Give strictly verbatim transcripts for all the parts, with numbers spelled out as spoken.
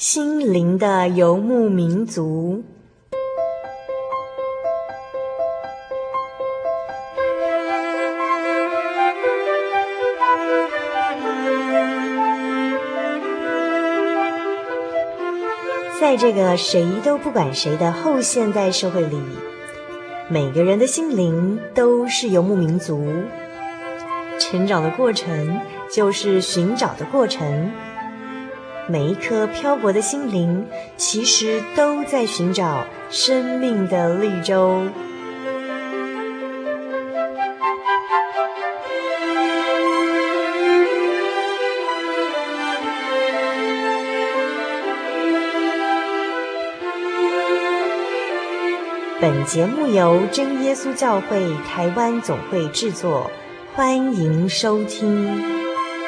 心灵的游牧民族。在这个谁都不管谁的后现代社会里，每个人的心灵都是游牧民族。成长的过程就是寻找的过程，每一颗漂泊的心灵其实都在寻找生命的绿洲。本节目由真耶稣教会台湾总会制作，欢迎收听。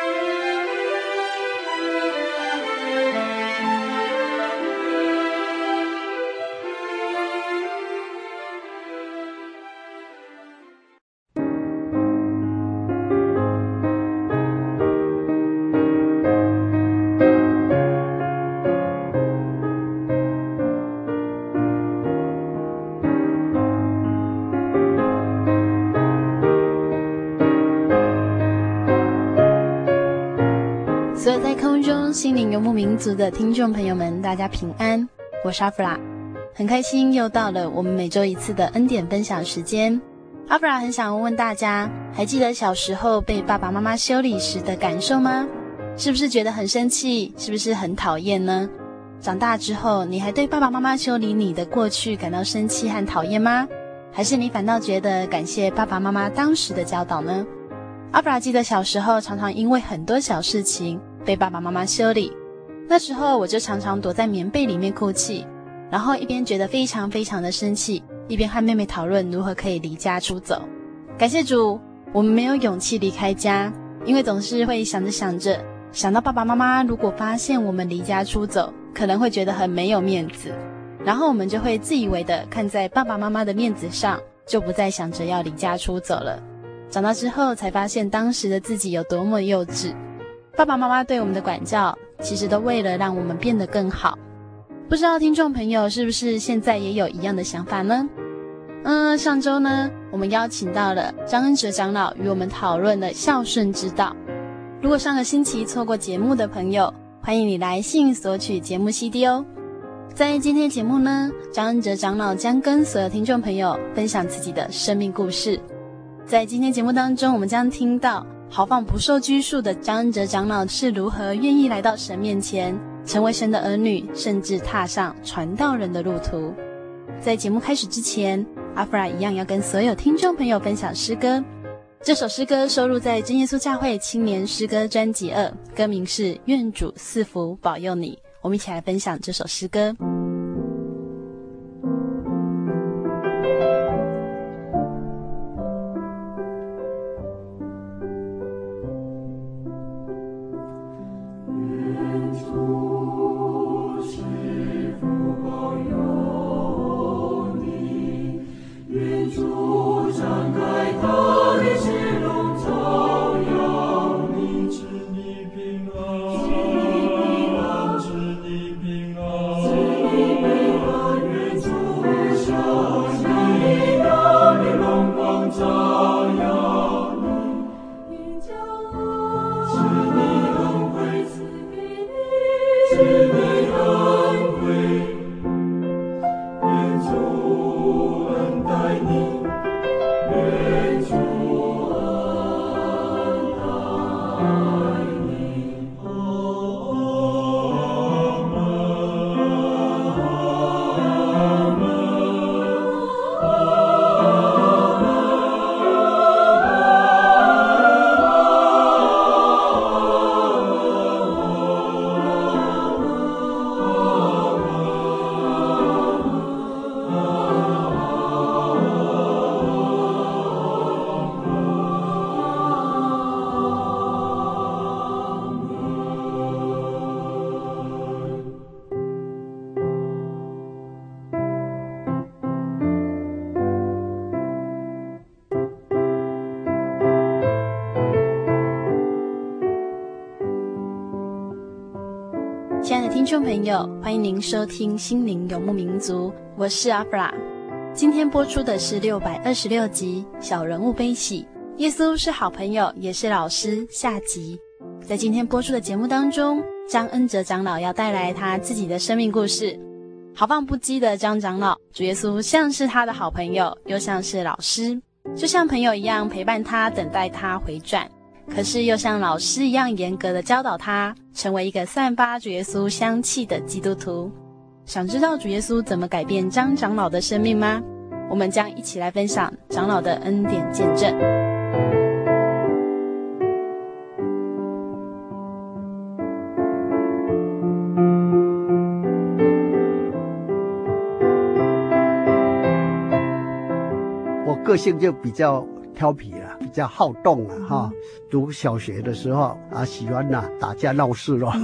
所有在空中心灵游牧民族的听众朋友们，大家平安，我是阿弗拉，很开心又到了我们每周一次的恩典分享时间。阿弗拉很想问问大家，还记得小时候被爸爸妈妈修理时的感受吗？是不是觉得很生气？是不是很讨厌呢？长大之后，你还对爸爸妈妈修理你的过去感到生气和讨厌吗？还是你反倒觉得感谢爸爸妈妈当时的教导呢？阿弗拉记得小时候常常因为很多小事情被爸爸妈妈修理，那时候我就常常躲在棉被里面哭泣，然后一边觉得非常非常的生气，一边和妹妹讨论如何可以离家出走。感谢主，我们没有勇气离开家，因为总是会想着想着，想到爸爸妈妈如果发现我们离家出走，可能会觉得很没有面子，然后我们就会自以为的看在爸爸妈妈的面子上，就不再想着要离家出走了。长大之后才发现当时的自己有多么幼稚，爸爸妈妈对我们的管教其实都为了让我们变得更好。不知道听众朋友是不是现在也有一样的想法呢？嗯，上周呢我们邀请到了张恩哲长老与我们讨论了孝顺之道。如果上个星期错过节目的朋友，欢迎你来信索取节目 C D 哦。在今天节目呢，张恩哲长老将跟所有听众朋友分享自己的生命故事。在今天节目当中，我们将听到豪放不受拘束的张恩哲长老是如何愿意来到神面前，成为神的儿女，甚至踏上传道人的路途。在节目开始之前，阿弗拉一样要跟所有听众朋友分享诗歌。这首诗歌收录在真耶稣教会青年诗歌专辑二，歌名是愿主赐福保佑你。我们一起来分享这首诗歌。 平安， 听众朋友，欢迎您收听心灵游牧民族，我是阿弗拉。今天播出的是六百二十六集小人物悲喜，耶稣是好朋友也是老师下集。在今天播出的节目当中，张恩哲长老要带来他自己的生命故事。豪放不羁的张长老，主耶稣像是他的好朋友，又像是老师，就像朋友一样陪伴他，等待他回转，可是又像老师一样严格的教导他，成为一个散发主耶稣香气的基督徒。想知道主耶稣怎么改变张长老的生命吗？我们将一起来分享长老的恩典见证。 我个性就比较调皮了，比较好动了哈。读小学的时候啊，喜欢呐、啊、打架闹事咯。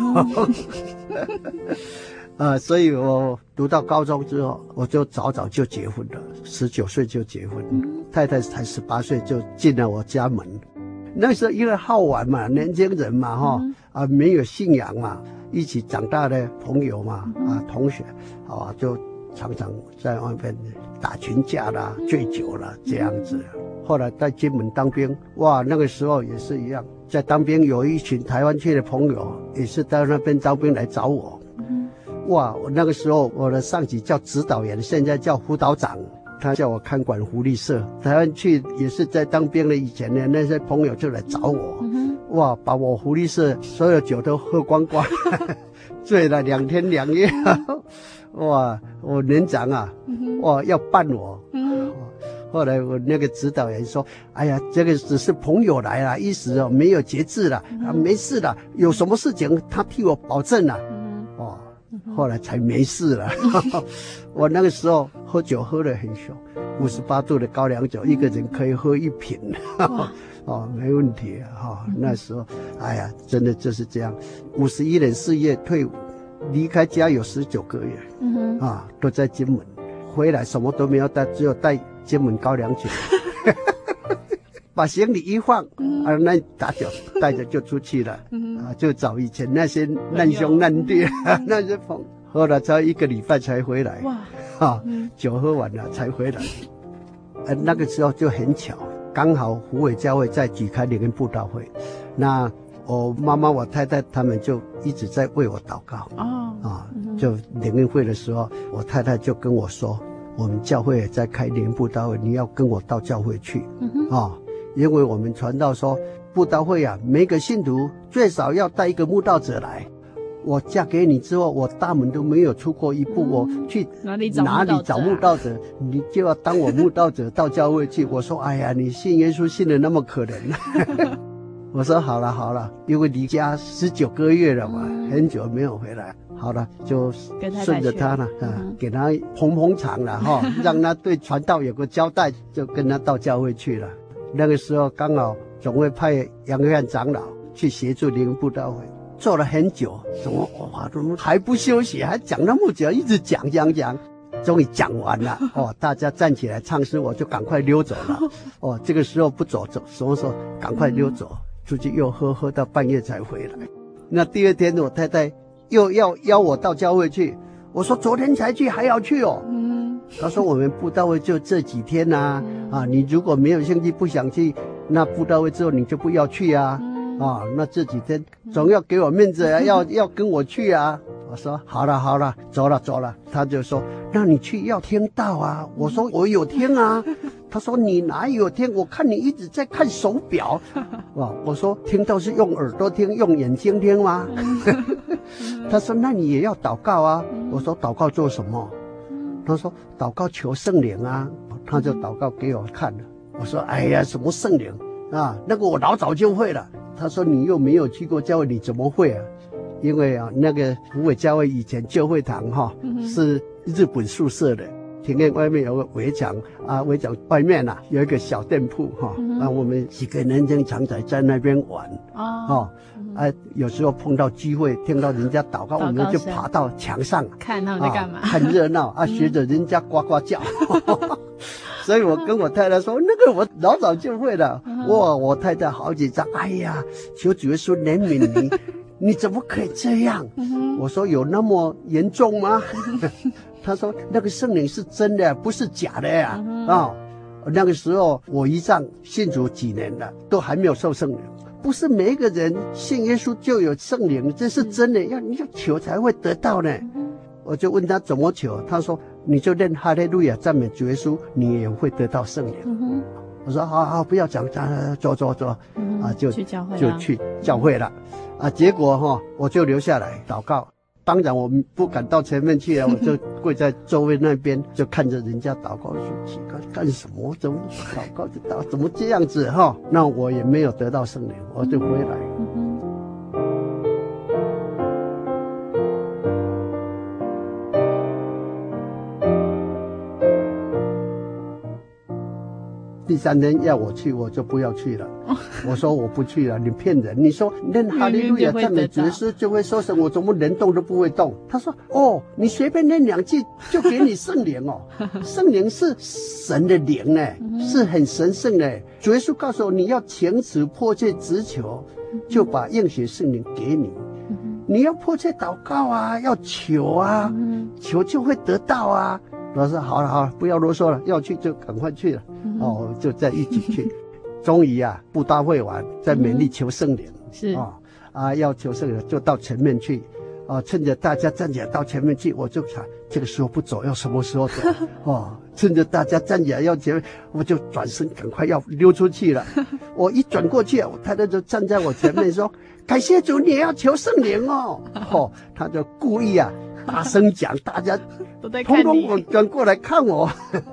呃，所以我读到高中之后，我就早早就结婚了，十九岁就结婚，太太才十八岁就进了我家门。那时候因为好玩嘛，年轻人嘛哈，啊没有信仰嘛，一起长大的朋友嘛，啊同学，啊就常常在外面打群架啦、醉酒啦这样子。后来在金门当兵，哇，那个时候也是一样，在当兵有一群台湾去的朋友，也是到那边当兵来找我。哇，我那个时候我的上级叫指导员，现在叫辅导长，他叫我看管福利社。台湾去也是在当兵的以前呢，那些朋友就来找我，嗯、哇，把我福利社所有酒都喝光光，醉了两天两夜。哇，我连长啊，哇，要办我。嗯、后来我那个指导员说：“哎呀，这个只是朋友来了，一时哦没有节制了，啊，没事了，有什么事情他替我保证了。”哦。后来才没事了。我那个时候喝酒喝得很凶，五十八度的高粱酒，一个人可以喝一瓶。哦，没问题哈、哦。那时候，哎呀，真的就是这样。五十一年四月退伍，离开家有十九个月，嗯哼，啊，都在金门，回来什么都没有带，只有带金门高粱酒。把行李一放，嗯、啊，那打酒带着就出去了，嗯、啊，就找以前那些难兄难弟，嗯、那些朋友，喝了才一个礼拜才回来，哇，啊，嗯、酒喝完了才回来，呃、啊，那个时候就很巧，刚好虎尾教会在举开灵恩布道会，那我妈妈、我太太他们就一直在为我祷告，哦，啊，嗯、就灵恩会的时候，我太太就跟我说，我们教会也在开灵恩布道会，你要跟我到教会去，嗯、啊。因为我们传道说，布道会啊，每个信徒最少要带一个慕道者来。我嫁给你之后，我大门都没有出过一步，嗯、我去哪里找哪里找慕道者，你就要当我慕道者到教会去。我说，哎呀，你信耶稣信得那么可怜。我说好了好了，因为离家十九个月了嘛，嗯、很久没有回来。好了，就顺着他了，啊，给他捧捧场了哈，让他对传道有个交代，就跟他到教会去了。那个时候刚好总会派杨约翰长老去协助灵恩布道会，做了很久，怎么哇，怎么还不休息，还讲那么久，一直讲讲讲，终于讲完了哦，大家站起来唱诗，我就赶快溜走了。哦，这个时候不走走，什么时候赶快溜走，出去又喝喝到半夜才回来。那第二天我太太又要邀我到教会去，我说昨天才去还要去哦。他说我们布道会就这几天呐、啊，嗯、啊，你如果没有兴趣不想去，那布道会之后你就不要去啊，嗯、啊，那这几天总要给我面子啊，要要跟我去啊。我说好了好了，走了走了。他就说那你去要听到啊。我说我有听啊。他说你哪有听？我看你一直在看手表。哇，我说听到是用耳朵听，用眼睛听吗？他说那你也要祷告啊。我说祷告做什么？他说祷告求圣灵啊，他就祷告给我看了。我说哎呀，什么圣灵啊？那个我老早就会了。他说你又没有去过教会，你怎么会啊？因为啊，那个虎尾教会以前旧会堂哈、嗯、是日本宿舍的，庭院外面有个围墙啊，围墙外面啊有一个小店铺哈，嗯、啊，我们几个年轻常仔在那边玩哦，哦嗯、啊，有时候碰到聚会，听到人家祷告，我们就爬到墙上看他们在干嘛， 啊、看热闹啊，学着人家呱呱叫。所以我跟我太太说，那个我老早就会了。哇，我太太好几张，哎呀，求主耶稣怜悯你。 你怎么可以这样？嗯、我说有那么严重吗？他说那个圣灵是真的，不是假的呀。啊、嗯哦，那个时候我姨丈信主几年了，都还没有受圣灵。不是每一个人信耶稣就有圣灵，这是真的，要你要求才会得到呢。嗯、我就问他怎么求，他说你就念哈利路亚赞美主耶稣，你也会得到圣灵。嗯、我说好好，不要讲，走走走，嗯、啊就去教会就去教会了。啊，结果哈、哦，我就留下来祷告。当然我们不敢到前面去啊，我就跪在座位那边，就看着人家祷告，说奇怪干什么？怎么祷告就祷，怎么这样子哈？那我也没有得到圣灵，我就回来。嗯第三天要我去，我就不要去了。我说我不去了，你骗人！你说念哈利路亚赞美主耶稣就会受圣，我怎么连动都不会动？他说：哦，你随便念两句就给你圣灵哦，圣灵是神的灵呢，是很神圣的。主耶稣告诉我，你要情辞迫切直求，就把应许圣灵给你。你要迫切祷告啊，要求啊，求就会得到啊。我说好了好了，不要啰嗦了，要去就赶快去了。哦，就再一起去。终于啊，布道会完，在勉励求圣灵。是啊、哦、啊，要求圣灵就到前面去。啊，趁着大家站起来到前面去，我就想这个时候不走，要什么时候走？哦，趁着大家站起来要前面，我就转身赶快要溜出去了。我一转过去，我太太就站在我前面说：“感谢主，你也要求圣灵哦。”哦，他就故意啊大声讲，大家都在看你， 通通转过来看我。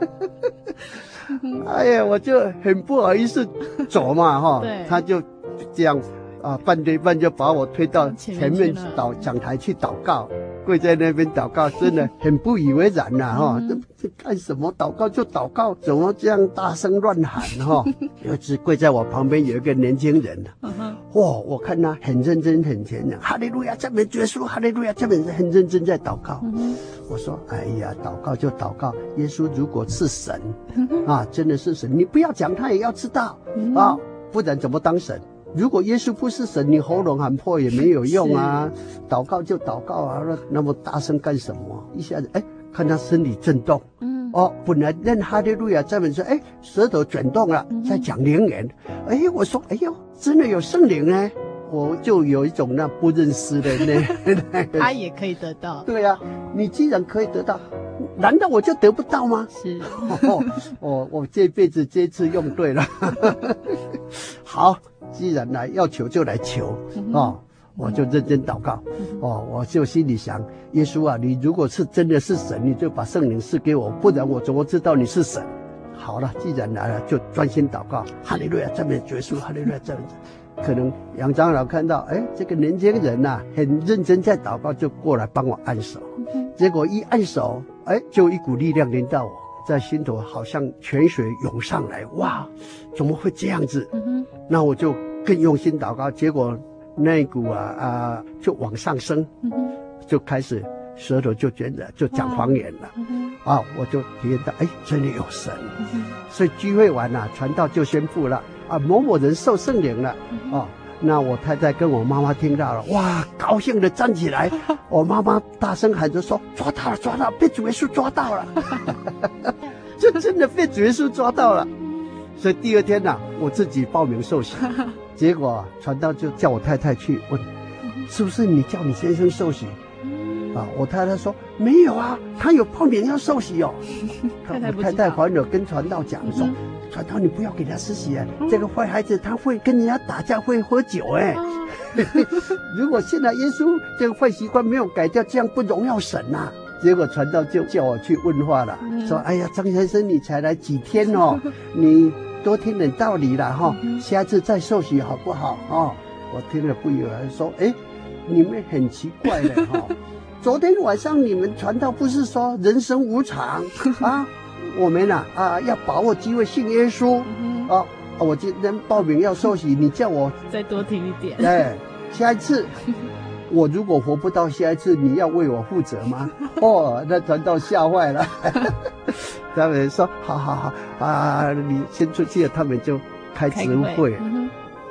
哎呀，我就很不好意思走嘛，哈、哦，他就这样。啊，半推半就把我推到前面祷讲台去祷告，跪在那边祷告，真的很不以为然呐，哈、嗯，这干什么？祷告就祷告，怎么这样大声乱喊哈？有一次跪在我旁边有一个年轻人，哇、嗯哦，我看他很认真很虔诚，哈利路亚赞美主耶稣，哈利路亚赞美，很认真在祷告。嗯、我说，哎呀，祷告就祷告，耶稣如果是神，啊，真的是神，你不要讲，他也要知道、嗯、啊，不然怎么当神？如果耶稣不是神，你喉咙喊破也没有用啊！祷告就祷告啊，那么大声干什么？一下子，哎，看他身体震动，嗯，哦，本来念哈利路亚赞美说，哎，舌头转动了，在讲灵言，哎，我说，哎呦，真的有圣灵呢，我就有一种那不认识的那那个， 他也可以得到， 对呀、啊，你既然可以得到，难道我就得不到吗？ 是， 哦，我我这辈子这次用对了，好。既然来要求就来求、嗯、哦，我就认真祷告、嗯、哦，我就心里想，耶稣啊，你如果是真的是神，你就把圣灵赐给我，不然我怎么知道你是神？好了，既然来了，就专心祷告，哈利路亚赞美主耶稣，哈利路亚赞美。可能杨长老看到，哎，这个年轻人呐、啊，很认真在祷告，就过来帮我按手。嗯、结果一按手，哎，就一股力量临到我。在心头好像泉水涌上来，哇，怎么会这样子？嗯、那我就更用心祷告，结果那一股啊啊就往上升，嗯、就开始舌头就卷着，就讲方言了。嗯、啊，我就体验到，哎，真的有神。嗯、所以聚会完了、啊，传道就宣布了，啊，某某人受圣灵了。嗯、啊，那我太太跟我妈妈听到了，哇，高兴的站起来，我妈妈大声喊着说：“抓到了，抓到了，被主耶稣抓到了。”就真的被主耶稣抓到了，所以第二天呢、啊，我自己报名受洗，结果、啊、传道就叫我太太去问，是不是你叫你先生受洗？啊，我太太说没有啊，他有报名要受洗哦。太太我太太还有跟传道讲说，传道你不要给他施洗啊，嗯、这个坏孩子他会跟人家打架，会喝酒哎。如果现在耶稣这个坏习惯没有改掉，这样不荣耀神呐、啊。结果传道就叫我去问话了，嗯、说：“哎呀，张先生，你才来几天哦，你多听点道理了哈、哦，下次再受洗好不好？”哦，我听了不以为然，说：“哎，你们很奇怪的哈、哦，昨天晚上你们传道不是说人生无常啊？我们呐 啊, 啊要把握机会信耶稣、嗯、啊，我今天报名要受洗，你叫我再多听一点， 哎，下一次。”我如果活不到下一次，你要为我负责吗？哦，那传道吓坏了。他们说：“好好好啊，你先出去了。”他们就开执会。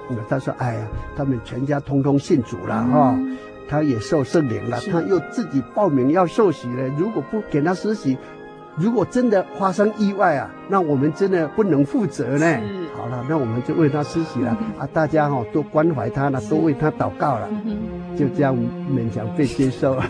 他说：“哎呀，他们全家通通信主了哈、嗯哦，他也受圣灵了，他又自己报名要受洗了。如果不给他施洗，如果真的发生意外啊，那我们真的不能负责呢。好了，那我们就为他施洗了、嗯、啊，大家哈、哦、都关怀他了，都为他祷告了，嗯、就这样勉强被接受了。”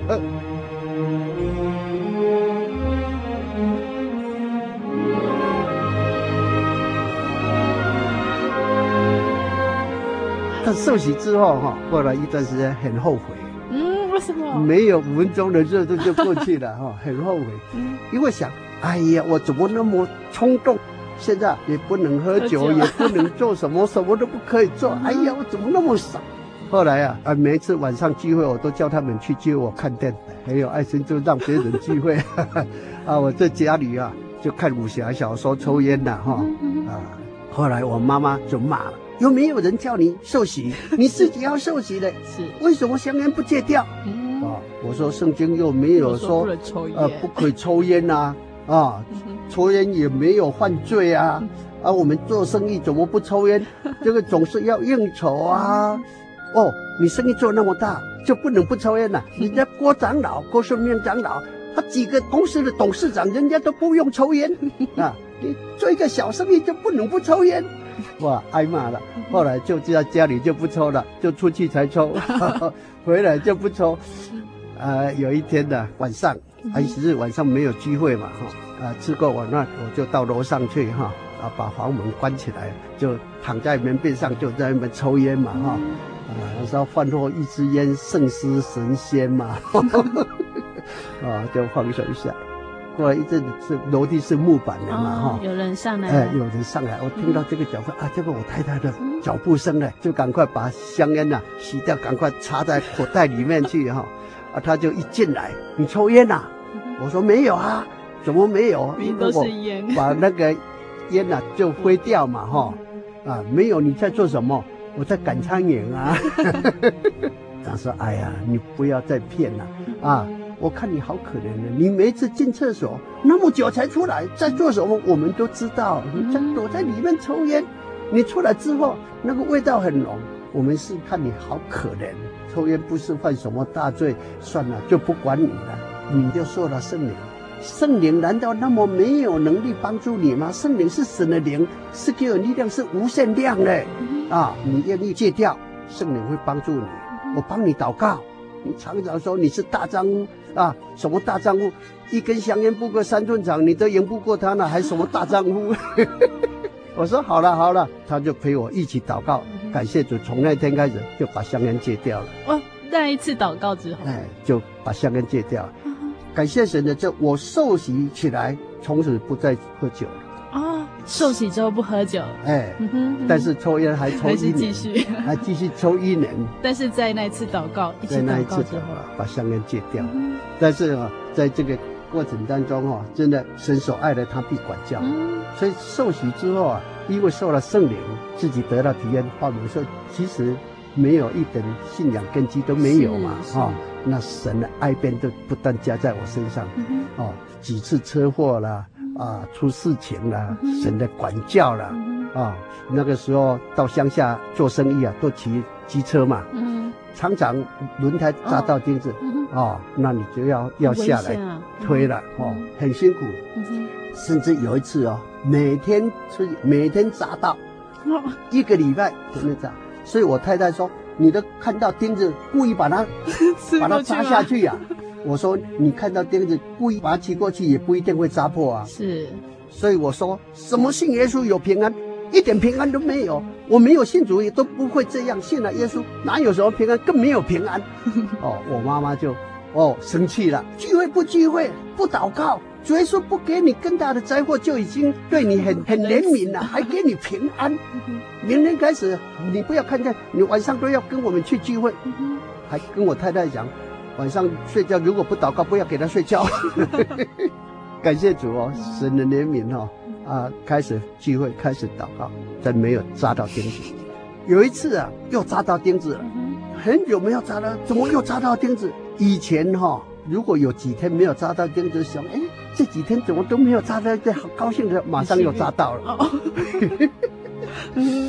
他受洗之后哈，过了一段时间很后悔。 嗯，为什么？ 没有五分钟的热度就过去了哈，很后悔。嗯，因为想，哎呀，我怎么那么冲动？现在也不能喝酒，喝酒也不能做什么，什么都不可以做。哎呀，我怎么那么傻？后来啊，啊，每一次晚上聚会，我都叫他们去接我看电，很有爱心，就让别人聚会。啊，我在家里啊，就看武侠小说、抽烟呐，哈。啊，后来我妈妈就骂了。又没有人叫你受洗，你自己要受洗的。是，为什么香烟不戒掉？嗯、啊，我说圣经又没有说，说不抽烟呃，不可以抽烟呐、啊，啊，嗯、抽烟也没有犯罪啊，嗯、啊，我们做生意怎么不抽烟？这个总是要应酬啊。哦，你生意做那么大，就不能不抽烟了？人家郭长老、郭顺面长老，他几个公司的董事长，人家都不用抽烟啊，你做一个小生意就不能不抽烟？哇，挨骂了。后来就在家里就不抽了，就出去才抽，回来就不抽。呃，有一天的晚上，安息日晚上没有聚会嘛，哈，啊，吃过晚饭我就到楼上去哈，啊，把房门关起来，就躺在门边上就在那边抽烟嘛，哈，啊，那时候饭后一支烟胜似神仙嘛，啊，就放松一下。过了一阵子，是楼梯是木板的嘛，哈、 哦，有人上来， 哎，有人上来，我听到这个脚步、嗯、啊，这个我太太的脚步声呢，就赶快把香烟呐、啊、吸掉，赶快插在口袋里面去哈，啊，他就一进来，你抽烟呐、啊？嗯、我说没有啊，怎么没有？ 因为都是烟， 把那个烟呐、啊、就挥掉嘛，哈，啊，没有，你在做什么？我在赶苍蝇啊。他说，哎呀，你不要再骗了啊。我看你好可怜的，你每一次进厕所那么久才出来，在做什么我们都知道，你在躲在里面抽烟，你出来之后那个味道很浓，我们是看你好可怜，抽烟不是犯什么大罪，算了就不管你了，你就受了圣灵。圣灵难道那么没有能力帮助你吗？圣灵是神的灵，是给我力量，是无限量的啊！你愿意戒掉，圣灵会帮助你，我帮你祷告。你常常说你是大丈夫啊，什么大丈夫？一根香烟不过三寸长，你都赢不过他呢，还什么大丈夫？我说好了好了，他就陪我一起祷告，感谢主，从那天开始就把香烟戒掉了。 哦，那一次祷告之后， 哎，就把香烟戒掉了。感谢神的，这我受洗起来，从此不再喝酒了。 哦，受洗之后不喝酒， 哎，嗯哼嗯、但是抽烟还抽一年，还是继续，还继续抽一年。 但是在那次祷告，一起祷告之后， 把香烟戒掉。嗯、但是啊，在这个过程当中啊，真的神所爱的他必管教。嗯、所以受洗之后啊，因为受了圣灵，自己得到体验，报名说其实没有一点信仰根基都没有嘛，啊，那神的爱便都不断加在我身上，嗯、哦，几次车祸啦。啊，出事情了，嗯、神的管教了，嗯、啊，那个时候到乡下做生意啊，都骑机车嘛，嗯、常常轮胎扎到钉子，哦，哦那你就要要下来推了，嗯、哦，很辛苦，嗯、甚至有一次哦，每天出每天扎到，哦、一个礼拜天天扎，所以我太太说，你都看到钉子，故意把它把它扎下去呀，啊。我说你看到钉子故意把它骑过去也不一定会扎破啊，是，所以我说什么信耶稣有平安，一点平安都没有，我没有信主也都不会这样，信了耶稣哪有什么平安，更没有平安。哦，我妈妈就哦生气了，聚会不聚会不祷告，主耶稣不给你更大的灾祸就已经对你很很怜悯了，还给你平安。明天开始你不要看见你晚上都要跟我们去聚会，还跟我太太讲。晚上睡觉如果不祷告，不要给他睡觉。感谢主哦，神的怜悯哦，啊，开始聚会，开始祷告，但没有扎到钉子。有一次啊，又扎到钉子了，很久没有扎到，怎么又扎到钉子？以前哈、哦，如果有几天没有扎到钉子，想，哎，这几天怎么都没有扎到，这好高兴的，马上又扎到了。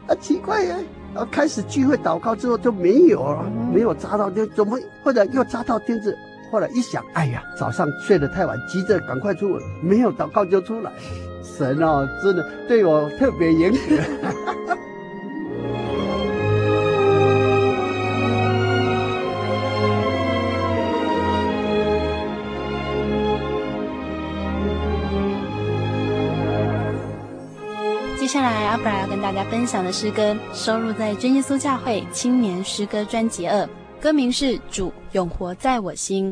啊，奇怪呀！然后开始聚会祷告之后就没有了，没有扎到钉，怎么或者又扎到钉子？后来一想，哎呀，早上睡得太晚，急着赶快出门，没有祷告就出来。神哦，真的对我特别严格。 接下来阿弗拉要跟大家分享的诗歌收录在真耶稣教会青年诗歌专辑二，歌名是《主永活在我心》。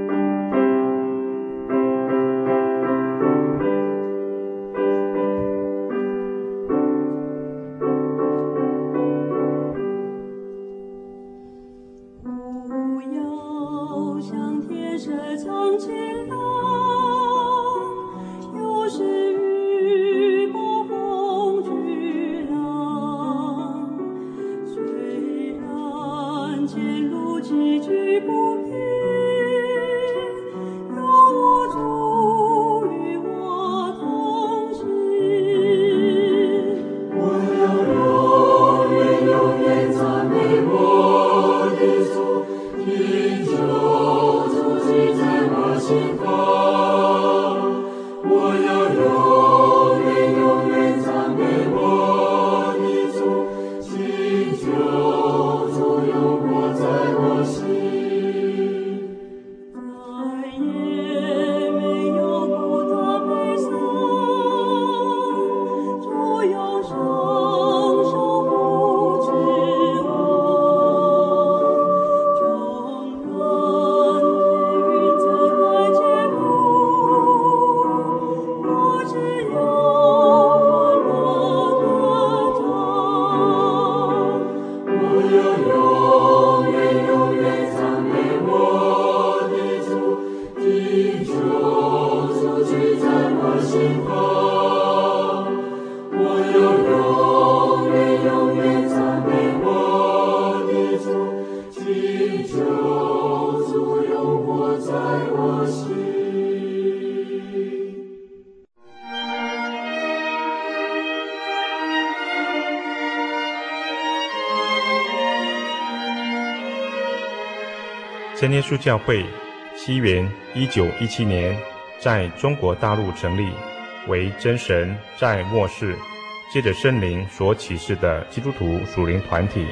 真耶稣教会西元一九一七年在中国大陆成立，为真神在末世借着圣灵所启示的基督徒属灵团体，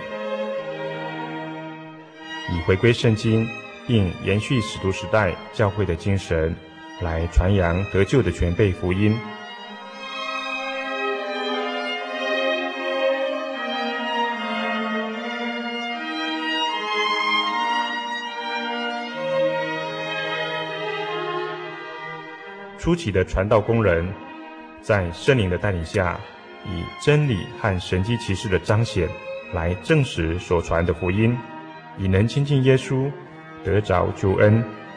以回归圣经并延续使徒时代教会的精神，来传扬得救的全备福音。初期的传道工人在圣灵的带领下，以真理和神迹奇事的彰显来证实所传的福音，以能亲近耶稣，得着救恩。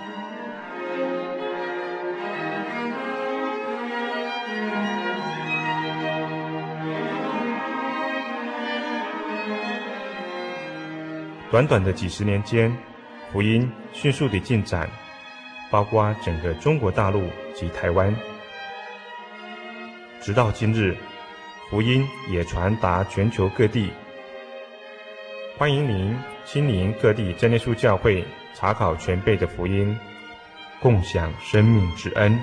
短短的几十年间，福音迅速地进展，包括整个中国大陆及台湾。直到今日，福音也传达全球各地。欢迎您亲临各地真耶稣教会，查考全备的福音，共享生命之恩。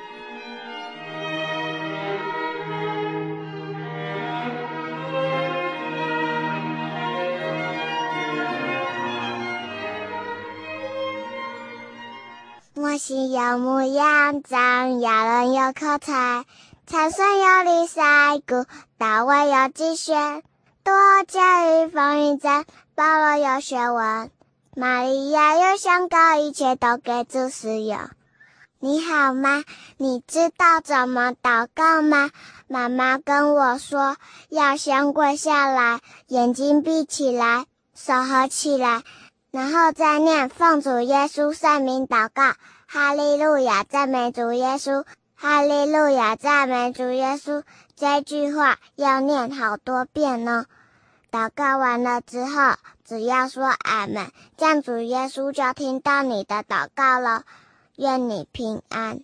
莫西有模样，长有人有口才，参孙有力赛谷，大卫有机学，多加与风云战，保罗有学问，玛利亚有香膏，一切都给主使用。你好吗？你知道怎么祷告吗？妈妈跟我说，要先跪下来，眼睛闭起来，手合起来，然后再念奉主耶稣圣名祷告。哈利路亚，赞美主耶稣！哈利路亚，赞美主耶稣！这句话要念好多遍哦。祷告完了之后，只要说阿们，这样主耶稣就听到你的祷告了。愿你平安。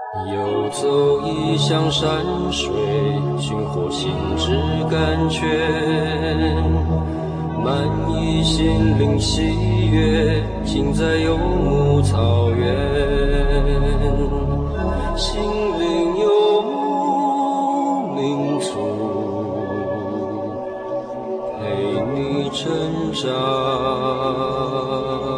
游走异乡山水，寻获心之甘泉，满溢心灵喜悦，尽在游牧草原。心灵游牧民族，陪你成长。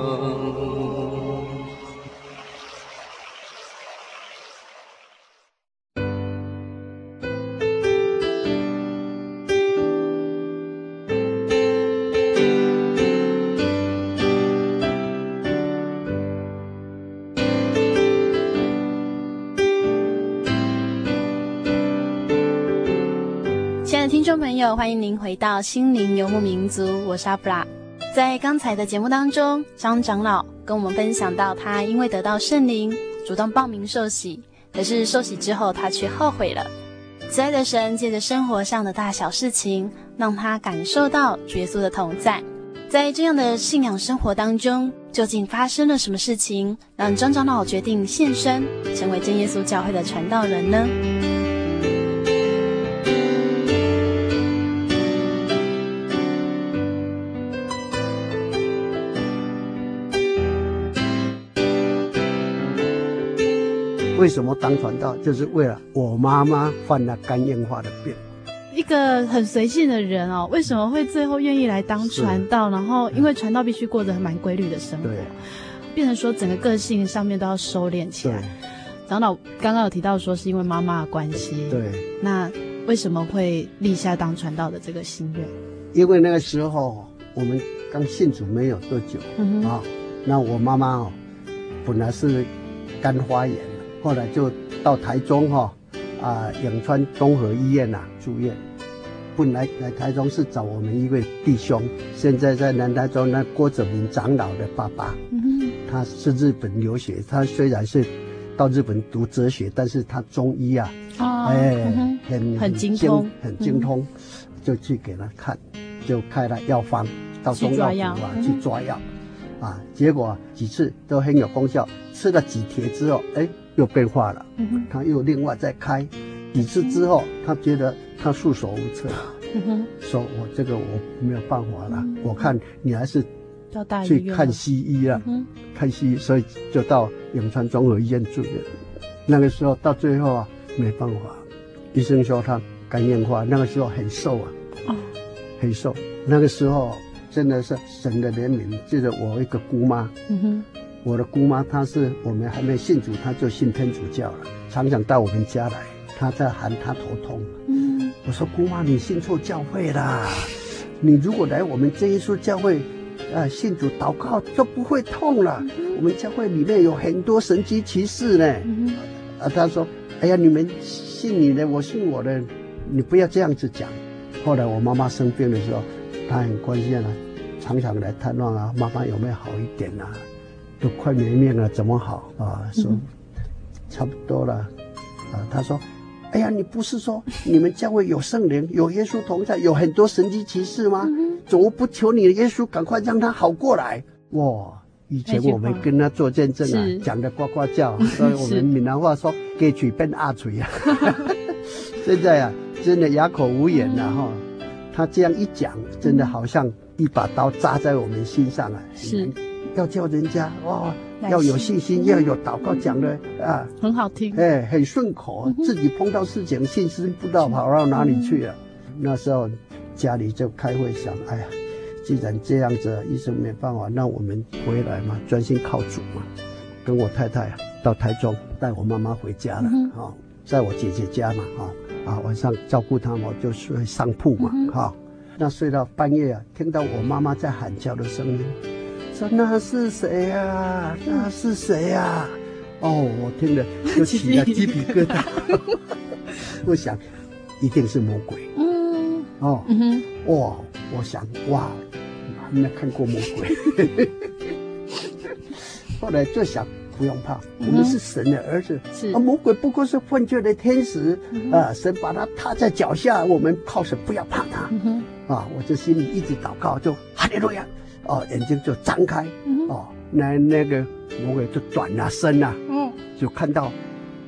听众朋友，欢迎您回到心灵游牧民族，我是阿布拉。在刚才的节目当中，张长老跟我们分享到，他因为得到圣灵，主动报名受洗，可是受洗之后他却后悔了。慈爱的神借着生活上的大小事情，让他感受到主耶稣的同在。在这样的信仰生活当中，究竟发生了什么事情，让张长老决定献身，成为真耶稣教会的传道人呢？ 为什么当传道？就是为了我妈妈患了肝硬化的病。 一个很随性的人哦，为什么会最后愿意来当传道？然后因为传道必须过着蛮规律的生活，对，变成说整个个性上面都要收敛起来。长老刚刚有提到说是因为妈妈的关系，对，那为什么会立下当传道的这个心愿？ 因为那个时候我们刚信主没有多久，嗯啊、哦，那我妈妈哦，本来是肝发炎。后来就到台中哈、哦，啊，永川综合医院呐、啊、住院。本来来台中是找我们一位弟兄，现在在南台中那郭子明长老的爸爸，嗯、他是日本留学，他虽然是到日本读哲学，但是他中医啊，哦、哎，嗯、很很精通， 很精通，嗯、就去给他看，就开了药方，到中药府啊去抓药，嗯、啊，结果几次都很有功效，吃了几帖之后，哎。又变化了，嗯、他又另外再开几次之后，他觉得他束手无策，嗯、说我这个我没有办法了，嗯、我看你还是去看西医了，嗯、看西医，所以就到永川综合医院住院。那个时候到最后啊，没办法，医生说他肝硬化，那个时候很瘦啊，哦、很瘦。那个时候真的是神的怜悯，就是我一个姑妈。嗯哼，我的姑妈她是我们还没信主，她就信天主教了，常常到我们家来，她在喊她头痛。嗯，我说姑妈你信错教会啦，你如果来我们真耶稣教会，啊信主祷告就不会痛了。嗯、我们教会里面有很多神迹奇事呢。嗯、啊，她说，哎呀你们信你的，我信我的，你不要这样子讲。后来我妈妈生病的时候，她很关心啊，常常来探望啊，妈妈有没有好一点啊？都快没命了，怎么好啊？说差不多了，啊，他说，哎呀，你不是说你们教会有圣灵，有耶稣同在，有很多神迹奇事吗？怎么不求你的耶稣赶快让他好过来？哇！以前我们跟他做见证啊，讲的呱呱叫，所以我们闽南话说“给嘴变阿嘴”啊。现在啊，真的哑口无言了哈。他这样一讲，真的好像一把刀扎在我们心上啊。是。要叫人家哇，要有信心，要有祷告讲的啊， 很好听， 哎，很顺口。嗯、自己碰到事情，信心不知道跑到哪里去了。嗯、那时候家里就开会想，哎呀，既然这样子，医生没办法，那我们回来嘛，专心靠主嘛。跟我太太到台中带我妈妈回家了，嗯、啊，在我姐姐家嘛，啊啊，晚上照顾她嘛，就睡上铺嘛，哈、嗯啊。那睡到半夜啊，听到我妈妈在喊叫的声音。说那是谁呀、啊？那是谁呀、啊？哦，我听了就起了鸡皮疙瘩。我想，一定是魔鬼。嗯。哦。嗯哼。哇！我想，哇，还没看过魔鬼。后来就想，不用怕，我们是神的儿子。是。啊，魔鬼不过是犯罪的天使。嗯、啊，神把他踏在脚下，我们靠神，不要怕他。嗯哼。啊，我这心里一直祷告，就哈利路亚。哦，眼睛就张开，嗯、哦，那那个魔鬼就转了身了，嗯，就看到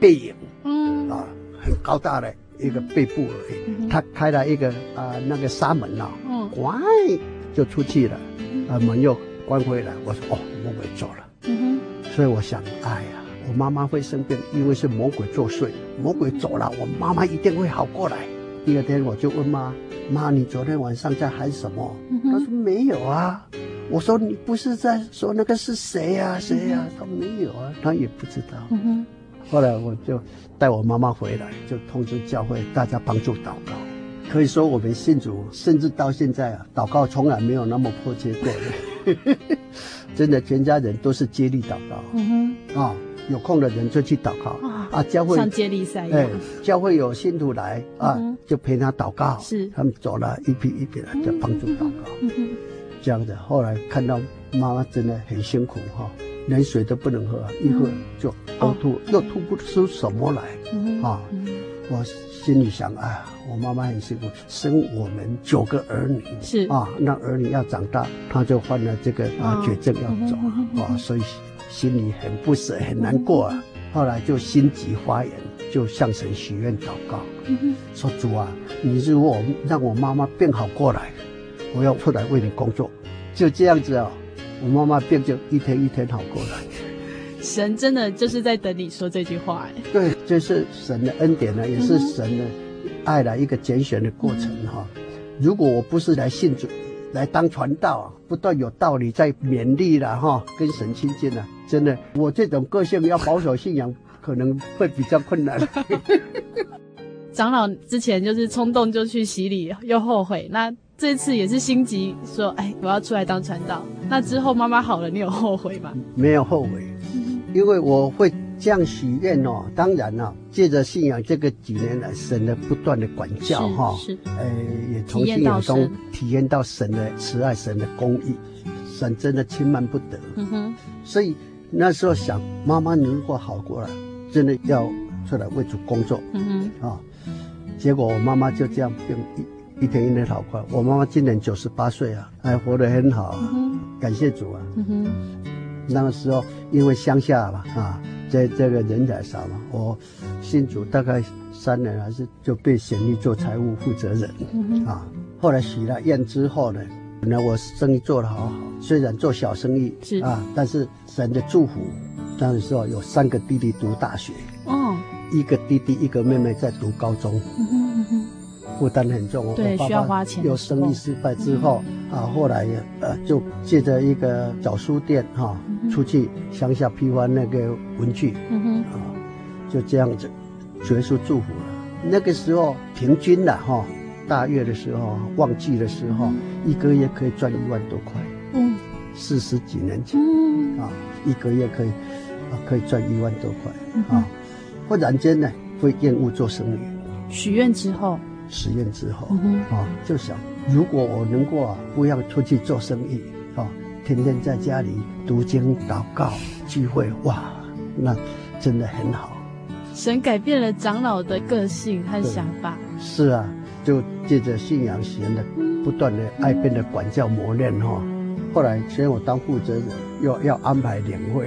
背影， 嗯啊，很高大的一个背部而已。嗯、他开了一个啊、呃、那个纱门啊，嗯，乖就出去了，啊门又关回来。我说哦，魔鬼走了。嗯哼，所以我想，哎呀，我妈妈会生病，因为是魔鬼作祟。魔鬼走了，我妈妈一定会好过来。第二天我就问妈，妈，你昨天晚上在喊什么？嗯、她说没有啊。我说你不是在说那个是谁呀、啊？谁呀、啊？她没有啊，她也不知道。嗯哼。后来我就带我妈妈回来，就通知教会大家帮助祷告。可以说我们信主，甚至到现在啊，祷告从来没有那么迫切过的。真的，全家人都是接力祷告。嗯哼。啊、哦，有空的人就去祷告啊，啊教会像接力赛一样。哎， 教会有信徒来啊，嗯、就陪他祷告。 是。 他们走了一批一批的，就帮助祷告。嗯哼。这样子，后来看到妈妈真的很辛苦哈。连水都不能喝，一喝就呕吐，哦、又吐不出什么来、嗯、啊！嗯、我心里想，哎呀，我妈妈很辛苦，生我们九个儿女， 是啊，让儿女要长大，她就患了这个啊、哦、绝症要走、嗯、啊，所以心里很不舍，很难过啊。后来就心急发言，就向神许愿祷告，嗯、说主啊，你如果让我妈妈变好过来，我要出来为你工作，就这样子啊。我妈妈病就一天一天好过来， 神真的就是在等你说这句话哎。 对，这是神的恩典呢，也是神的爱的一个拣选的过程哈、嗯。如果我不是来信主，来当传道啊，不断有道理在勉励了哈，跟神亲近了，真的，我这种个性要保守信仰可能会比较困难。 长老之前就是冲动就去洗礼，又后悔，那这次也是心急说，哎，我要出来当传道。那之后妈妈好了，你有后悔吗？ 没有后悔，因为我会这样许愿哦。当然了、啊，借着信仰这个几年来，神的不断的管教哈， 是， 呃，也从信仰中体验到神的慈爱、神的公义，神真的轻慢不得。嗯哼，所以那时候想，妈妈如果好过了，真的要出来为主工作。嗯哼，啊，结果我妈妈就这样病一。一天一天好快，我妈妈今年九十八岁啊，还活得很好啊，嗯、感谢主啊。嗯哼，那个时候因为乡下嘛啊，在这个人才少嘛，我信主大概三年还是就被选立做财务负责人、嗯、啊。后来许了愿之后呢，本来我生意做得好好，虽然做小生意是啊，但是神的祝福，那个时候有三个弟弟读大学，哦，一个弟弟一个妹妹在读高中。嗯哼嗯哼，负担很重哦， 对，需要花钱。 有生意失败之后、嗯、啊，后来呃就借着一个找书店哈、啊嗯，出去乡下批发那个文具，嗯哼，啊，就这样子，结束祝福了。那个时候平均的哈、啊，大月的时候，旺季的时候，嗯、一个月可以赚一万多块。嗯，四十几年前、嗯、啊，一个月可以啊可以赚一万多块、嗯、啊，忽然间呢会厌恶做生意。 许愿之后。 实验之后、嗯、啊，就想如果我能够啊不要出去做生意啊，天天在家里读经祷告聚会，哇，那真的很好。 神改变了长老的个性和想法。 是啊，就借着信仰神的不断的爱变的管教磨练哈、嗯。后来虽然我当负责人，又要安排领会。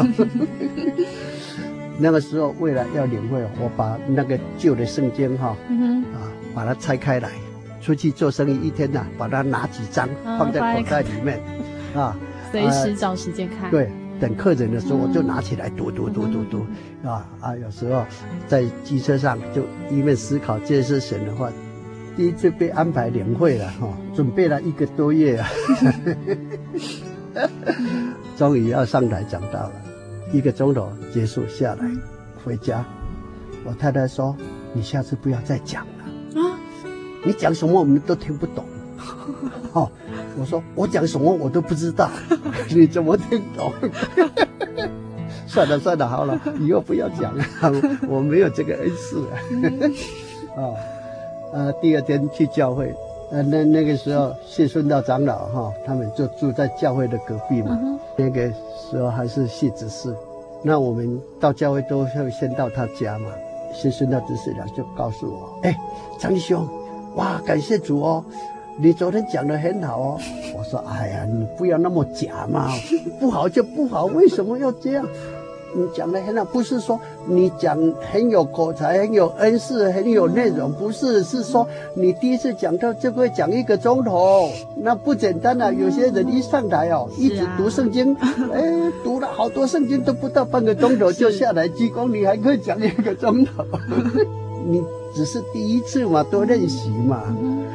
那个时候为了要领会，我把那个旧的圣经哈、嗯、啊。把它拆开来，出去做生意一天呐、啊，把它拿几张、哦、放在口袋里面，啊， 随时找时间看。 对，等客人的时候我就拿起来读读读读读，啊啊，有时候在机车上就一面思考这是神的话。第一次被安排领会了哈、哦，准备了一个多月啊，终于要上台讲道了，一个钟头结束下来，回家，我太太说：“你下次不要再讲了。”你讲什么我们都听不懂，哦，我说我讲什么我都不知道，你怎么听懂？算了算了，好了，以后不要讲了，我没有这个恩赐啊。哦，呃，第二天去教会，呃，那那个时候谢顺道长老哈、哦，他们就住在教会的隔壁嘛，嗯、那个时候还是谢执事，那我们到教会都会先到他家嘛。谢顺道执事长就告诉我，哎，张弟兄。哇，感谢主哦！你昨天讲得很好哦。我说，哎呀，你不要那么假嘛，不好就不好，为什么要这样？ 你讲的很好，不是说你讲很有口才、很有恩赐、很有内容，不是，是说你第一次讲到就会讲一个钟头，那不简单啊！有些人一上台哦，一直读圣经，哎，读了好多圣经都不到半个钟头就下来鞠躬，你还可以讲一个钟头，你只是第一次嘛，多练习嘛。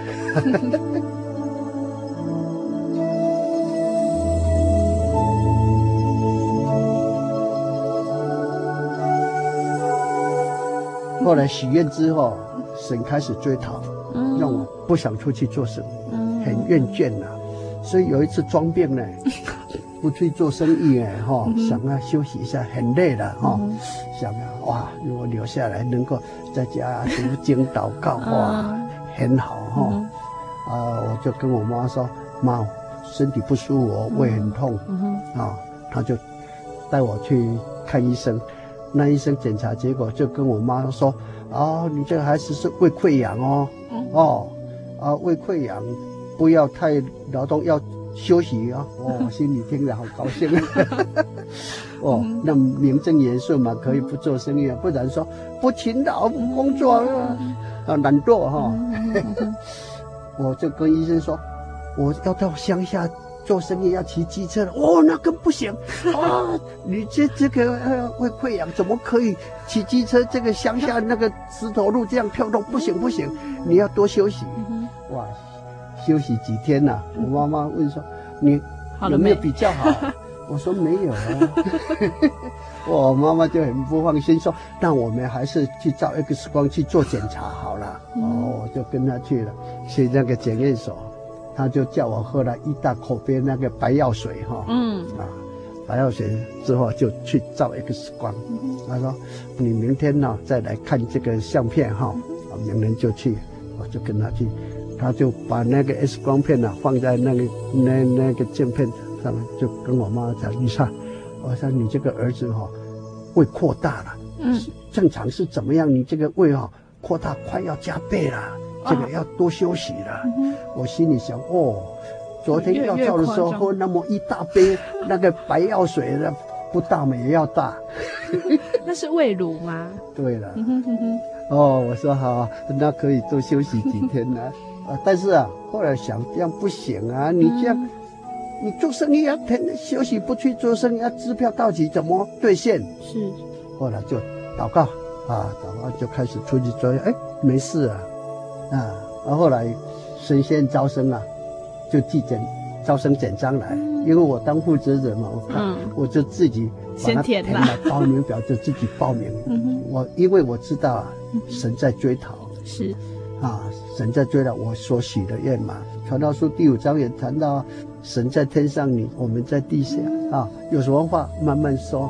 后来许愿之后，神开始追讨，嗯、让我不想出去做生意，嗯、很厌倦了。所以有一次装病呢，不去做生意哎哈，嗯、想要休息一下，很累了哈，嗯、想要哇，如果留下来能够在家读经祷告哇，很好哈。嗯、啊，我就跟我妈说，妈，身体不舒服，我胃很痛，嗯、啊，她就带我去看医生。那医生检查结果就跟我妈说：“啊，你这个孩子是胃溃疡哦，嗯、哦，啊，胃溃疡，不要太劳动，要休息啊。”哦，我心里听了好高兴。哦，那名正言顺嘛，可以不做生意啊，不然说不勤劳不工作啊，啊懒惰哈。我就跟医生说，我要到乡下做生意要骑机车了，哦，那更不行啊！你这这个呃胃溃疡怎么可以骑机车？这个乡下那个石头路这样跳动，不行不行，你要多休息。哇，休息几天呐、啊？我妈妈问说，你有没有比较好？我说没有啊。我妈妈就很不放心，说那我们还是去照 X 光去做检查好了。哦，我就跟她去了，去那个检验所。他就叫我喝了一大口杯那个白药水哈，嗯啊，白药水之后就去照 X 光，嗯、他说你明天呢、啊、再来看这个相片哈，啊，明天就去，我就跟他去，他就把那个 X 光片呢、啊、放在那个那那个镜片上面，就跟我妈讲，你看，我说你这个儿子哈、哦、胃扩大了，嗯，正常是怎么样？你这个胃哈、哦、扩大快要加倍了。这个要多休息了，嗯、我心里想，哦，昨天药照的时候喝那么一大杯那个白药水的，不大嘛也要大。 那是胃乳吗？ 对了，嗯、哦，我说好，那可以多休息几天呢。啊，但是啊，后来想这样不行啊，你这样，嗯、你做生意要休息，不去做生意，要支票到期怎么兑现？ 是， 后来就祷告啊，祷告就开始出去做，哎，没事啊。啊，然后后来神仙招生啊，就寄简招生简章来，嗯、因为我当负责人嘛，我看、嗯、我就自己把它填了报名表，就自己报名。嗯、我因为我知道啊，神在追讨， 是啊，神在追讨我所许的愿嘛。传道书第五章也谈到，神在天上，你我们在地下啊，有什么话慢慢说，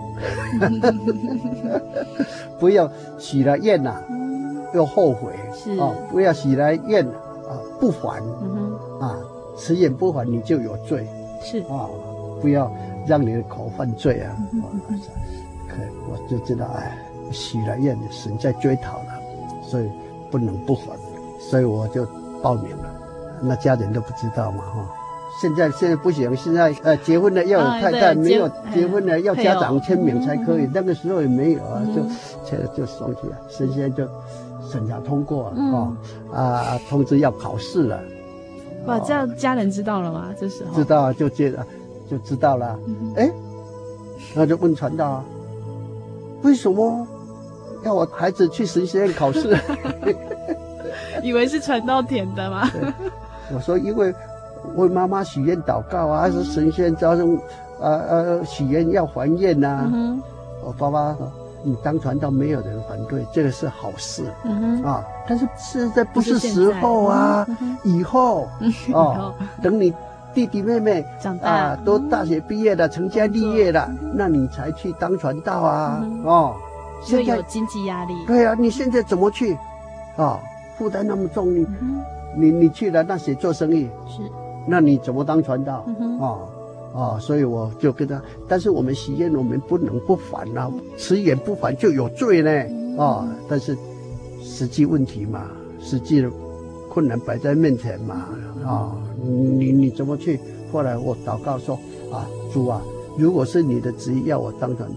不要许了愿呐、啊。又后悔啊！不要许来愿啊，不还、嗯、啊，迟延不还你就有罪。 是啊，不要让你的口犯罪啊！嗯、可我就知道，哎，许了愿，神在追讨了，所以不能不还，所以我就报名了。那家人都不知道嘛，哈。现在现在不行，现在呃结婚了要有太太，啊、没有结婚了要家长签名才可以。嗯、那个时候也没有啊，嗯、就就就送去了，神仙就审查通过了、嗯、哦啊，通知要考试了。 哇，这样家人知道了吗？这时候知道啊，就接了，就知道了。哎、嗯，那就问传道啊，为什么要我孩子去神学院考试？ 以为是传道填的吗？ 我说因为。为妈妈许愿祷告啊，还是神仙招生，呃呃，许愿要还愿呐、啊。嗯、我爸爸说，你当传道没有人反对，这个是好事、嗯、啊。但是现在不是时候啊，嗯、以后、嗯、哦，等你弟弟妹妹长大啊，都大学毕业了，成家立业了，嗯、那你才去当传道啊。嗯、哦， 现在有经济压力。 对啊，你现在怎么去？啊，负担那么重，你、嗯、你你去了那些做生意是。 那你怎么当传道？嗯、啊啊！所以我就跟他，但是我们许愿，我们不能不还啊，迟延不还就有罪呢。啊！但是实际问题嘛，实际的困难摆在面前嘛。啊，你你怎么去？后来我祷告说啊，主啊，如果是你的旨意要我当传道，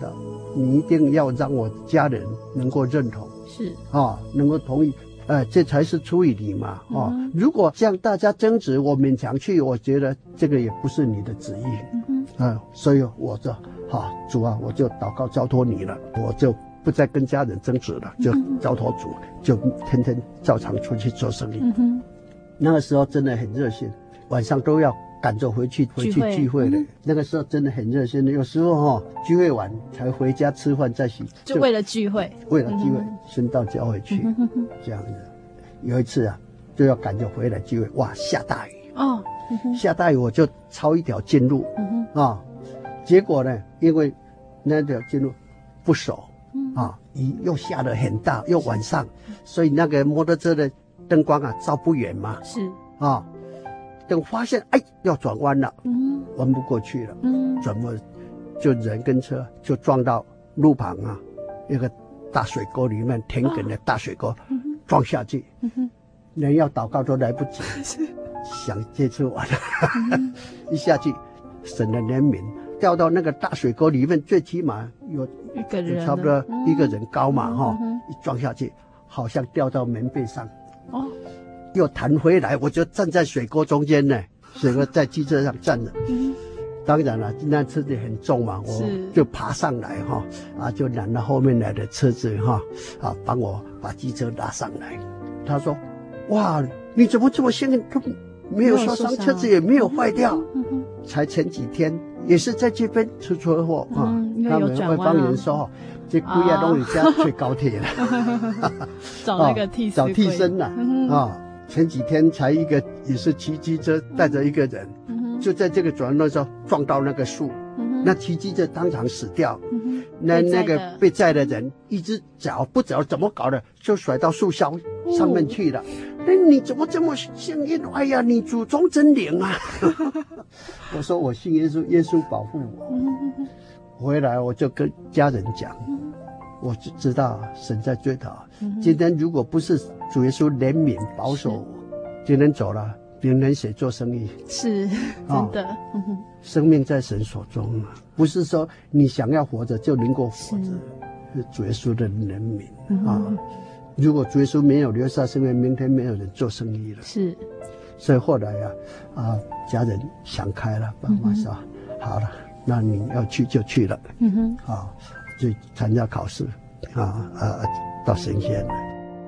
你一定要让我家人能够认同， 是啊，能够同意，呃，这才是出于你嘛，啊， 嗯、 如果像大家争执，我勉强去，我觉得这个也不是你的旨意，嗯啊，所以我就好，主啊，我就祷告交托你了，我就不再跟家人争执了，就交托主，就天天照常出去做生意。嗯、那个时候真的很热心，晚上都要赶着回去回去聚会的。嗯、那个时候真的很热心的，有时候哈、哦、聚会完才回家吃饭再洗， 就为了聚会， 为了聚会先到教会去，嗯、这样子。有一次啊，就要赶着回来聚会，哇，下大雨哦，嗯、下大雨我就抄一条近路啊、嗯哦，结果呢，因为那条近路不熟。啊，雨又下得很大，又晚上，所以那个摩托车的灯光啊照不远嘛。 是啊，等发现哎要转弯了，嗯，弯不过去了，嗯，怎么就人跟车就撞到路旁啊，一个大水沟里面，田埂的大水沟，哦嗯、撞下去，嗯、人要祷告都来不及，想这次完了，嗯、一下去，神的怜悯。掉到那个大水沟里面，最起码有一个人， 差不多一个人高嘛，哈、嗯哦，一撞下去，好像掉到棉被上，哦，又弹回来，我就站在水沟中间呢，水沟在机车上站着，嗯，当然了，那车子很重嘛，我就爬上来哈，啊，就拦到后面来的车子哈，啊，帮我把机车拉上来。他说：“哇，你怎么这么幸运，都没有受伤，车子也没有坏掉，嗯嗯、才前几天。”也是在这边出车祸啊，嗯、他们会帮人说，这贵啊，弄人家坐高铁了， 找那个替、哦、 找替身了啊、嗯哦！前几天才一个也是骑机车带着一个人，嗯、就在这个转弯的时候撞到那个树，嗯、那骑机车当场死掉，嗯、那那个被载的人一只脚不知道怎么搞的，就甩到树梢上面去了。那、哦、你怎么这么幸运？哎呀，你祖宗真灵啊！我说我信耶稣，耶稣保护我。回来我就跟家人讲，我就知道神在追讨。今天如果不是主耶稣怜悯保守我，今天走了，别人谁做生意？ 是真的、哦。 生命在神手中啊，不是说你想要活着就能够活着，是主耶稣的怜悯啊。如果主耶稣没有留下生命，明天没有人做生意了。 是。 所以后来呀、啊，啊，家人想开了，爸妈说、嗯、好了，那你要去就去了，嗯哼，啊，去参加考试，啊啊，到神仙了。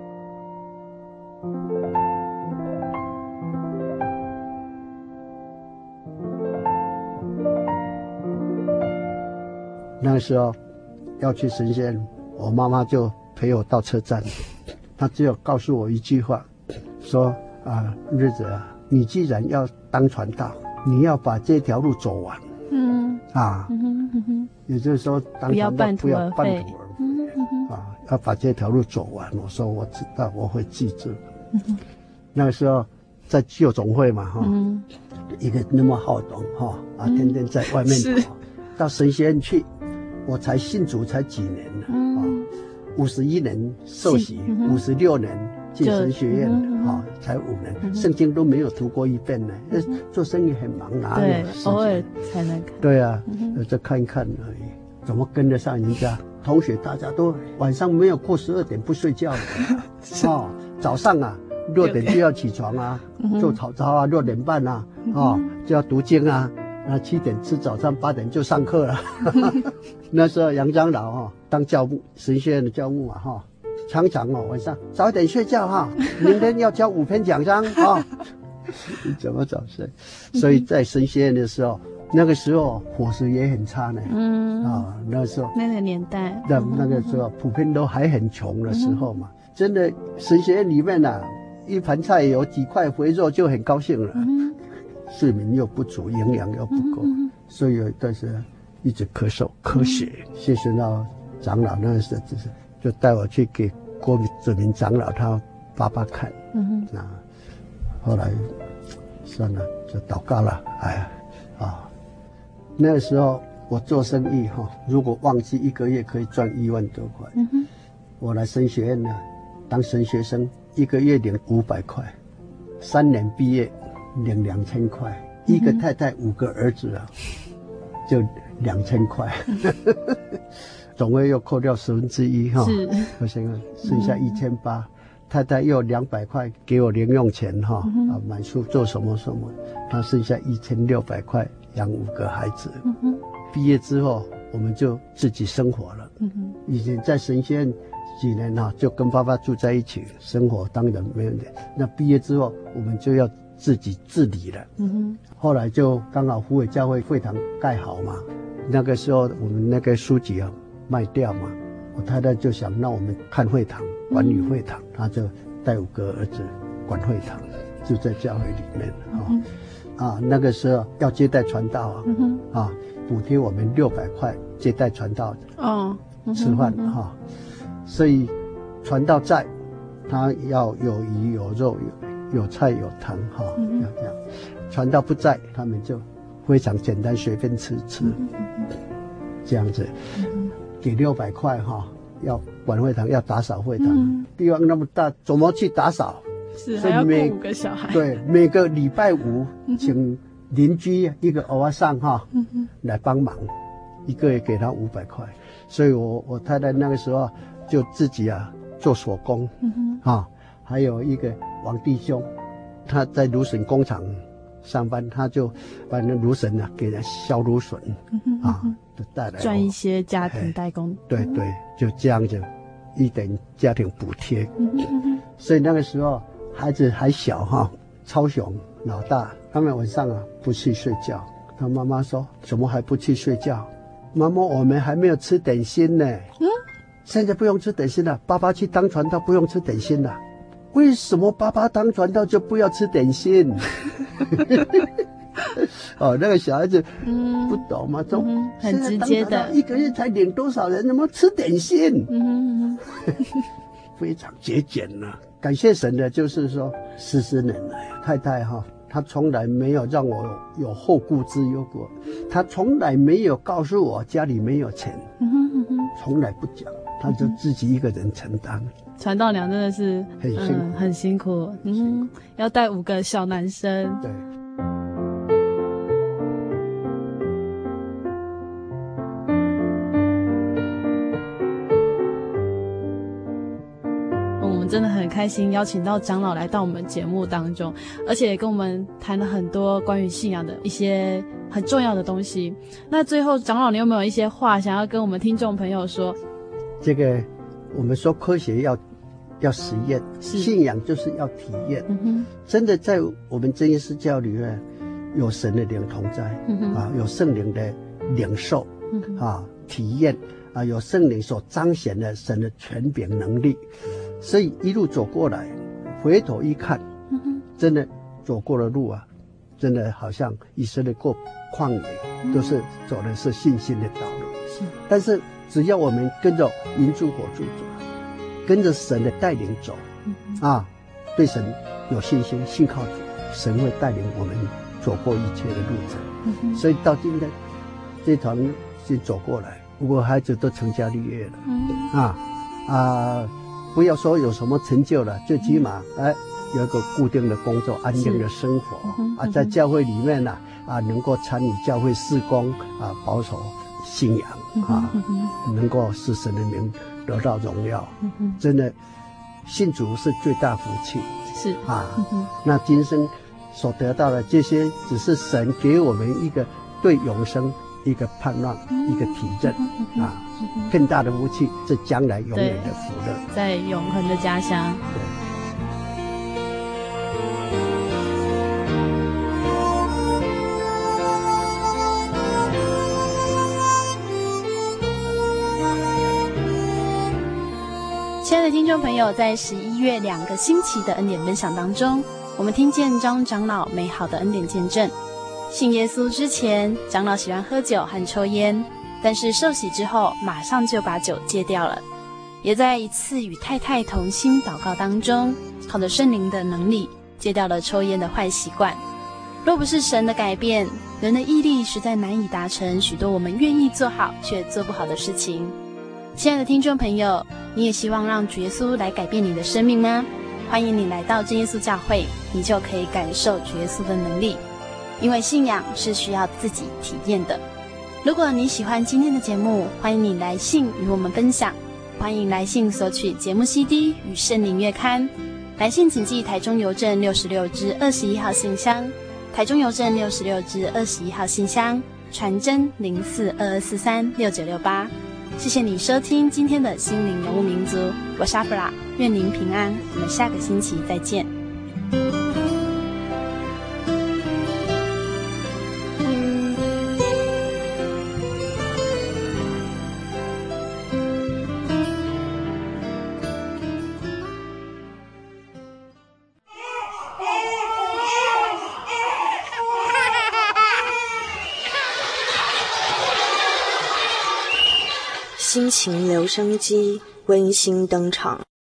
那个时候要去神仙，我妈妈就陪我到车站，她只有告诉我一句话，说。啊，日子啊，你既然要当传道，你要把这条路走完。嗯啊，嗯哼嗯哼，也就是说，当传道不要半途而废。嗯哼啊，要把这条路走完。我说我知道，我会记住。嗯哼，那个时候在旧总会嘛，哈、嗯，一个那么好动哈啊，天天在外面跑，到神学院去，我才信主才几年呢？嗯、啊，五十一年受洗，五十六年。进神学院的哈、嗯哦，才五年，嗯、圣经都没有读过一遍呢。嗯、做生意很忙，哪有时间？ 偶尔才能看。 对啊，嗯、就看一看而已，怎么跟得上人家？同学大家都晚上没有过十二点不睡觉的，哦，早上啊六点就要起床啊，做早操啊，六点半啊，哦就要读经啊，啊七点吃早餐，八点就上课了。那时候杨长老哈、哦、当教牧，神学院的教牧嘛哈。哦常常哦，晚上早一点睡觉哈，明天要交五篇讲章啊。你怎么早睡？所以在神学院的时候，那个时候伙食也很差呢。嗯啊，那时候那个年代， 那那个时候普遍都还很穷的时候嘛，嗯、真的神学院里面啊，一盘菜有几块肥肉就很高兴了。嗯，睡眠又不足，营养又不够，嗯、所以有一段时间一直咳嗽、咳血。嗯、谢谢到长老那时候，就是就带我去给郭子明长老他爸爸看。嗯哼，啊，后来算了，就祷告了。哎呀，啊，那个时候我做生意哈，如果旺季一个月可以赚一万多块。嗯哼，我来神学院呢，当神学生，一个月领五百块，三年毕业领两千块，一个太太五个儿子啊，就两千块。 总共又扣掉十分之一哈， 是， 我想剩下一千八。太太又两百块给我零用钱哈，嗯、啊，买书做什么什么，他剩下一千六百块养五个孩子。嗯、毕业之后，我们就自己生活了。嗯、以前在神仙几年哈，就跟爸爸住在一起，生活当然没问题。那毕业之后，我们就要自己自理了。嗯、后来就刚好福尾教会会堂盖好嘛，那个时候我们那个书籍啊卖掉嘛，我太太就想让我们看会堂。管理会堂，他就带五个儿子管会堂，就在教会里面啊、嗯哦、啊，那个时候要接待传道啊、嗯、啊，补贴我们六百块接待传道哦，嗯、吃饭哈、哦，所以传道在，他要有鱼有肉有有菜有汤哈、哦嗯，要这样。传道不在，他们就非常简单随便吃吃，嗯、这样子，嗯、给六百块哈。哦要管会堂，要打扫会堂，嗯、地方那么大，怎么去打扫？ 是还要顾五个小孩。 对，每个礼拜五请邻居一个欧巴桑哈、嗯、来帮忙，一个月给他五百块。所以我我太太那个时候就自己啊做手工，嗯、啊，还有一个王弟兄，他在芦笋工厂上班，他就把那芦笋啊给人削芦笋，嗯、啊。带来赚一些家庭代工， 对对，就这样子一点家庭补贴。嗯、所以那个时候孩子还小哈，超雄老大，他们晚上啊不去睡觉。他妈妈说：“怎么还不去睡觉？妈妈，我们还没有吃点心呢。嗯，现在不用吃点心了，爸爸去当传道不用吃点心了。为什么爸爸当传道就不要吃点心？”哦，那个小孩子不懂嘛，总、 嗯、很直接的， 一个月才领多少人，怎么吃点心？嗯，非常节俭了。感谢神的，就是说四十年来，太太哈，她从来没有让我有后顾之忧过，她从来没有告诉我家里没有钱，嗯、从来不讲，她就自己一个人承担。 传道娘真的是很辛苦， 嗯、很辛苦，嗯，要带五个小男生， 对。 真的很开心邀请到长老来到我们节目当中，而且也跟我们谈了很多关于信仰的一些很重要的东西。那最后长老你有没有一些话想要跟我们听众朋友说？ 这个我们说科学要要实验，信仰就是要体验、嗯、真的在我们真耶稣教里面有神的灵同在、嗯、啊，有圣灵的领受、嗯、啊体验啊，有圣灵所彰显的神的权柄能力，所以一路走过来，回头一看，嗯、真的走过的路啊，真的好像以色列过旷野，嗯、都是走的是信心的道路。是，但是只要我们跟着云柱火柱走，跟着神的带领走，嗯、啊，对神有信心，信靠主，神会带领我们走过一切的路程。嗯、所以到今天这条路是走过来，我孩子都成家立业了，嗯、啊啊。不要说有什么成就了，最起码哎有一个固定的工作，安定的生活、嗯、啊，在教会里面呢 啊, 啊，能够参与教会事工啊，保守信仰啊，嗯、能够使神的名得到荣耀，嗯、真的信主是最大福气。 是啊，嗯、那今生所得到的这些，只是神给我们一个对永生一个盼望，嗯、一个体证、嗯、啊。更大的福气是将来永远的福乐， 在永恒的家乡。 对。 亲爱的听众朋友，在十一月两个星期的恩典分享当中，我们听见张长老美好的恩典见证。信耶稣之前，长老喜欢喝酒和抽烟，但是受洗之后马上就把酒戒掉了，也在一次与太太同心祷告当中，靠着圣灵的能力戒掉了抽烟的坏习惯。若不是神的改变，人的毅力实在难以达成许多我们愿意做好却做不好的事情。亲爱的听众朋友，你也希望让主耶稣来改变你的生命吗？欢迎你来到真耶稣教会，你就可以感受主耶稣的能力，因为信仰是需要自己体验的。 如果你喜欢今天的节目，欢迎你来信与我们分享，欢迎来信索取节目 C D 与圣灵月刊。来信请寄台中邮政六十六支二十一号信箱，台中邮政六十六支二十一号信箱，传真零四二二四三六九六八。谢谢你收听今天的心灵游牧民族，我是阿弗拉，愿您平安，我们下个星期再见。 心情留声机温馨登场。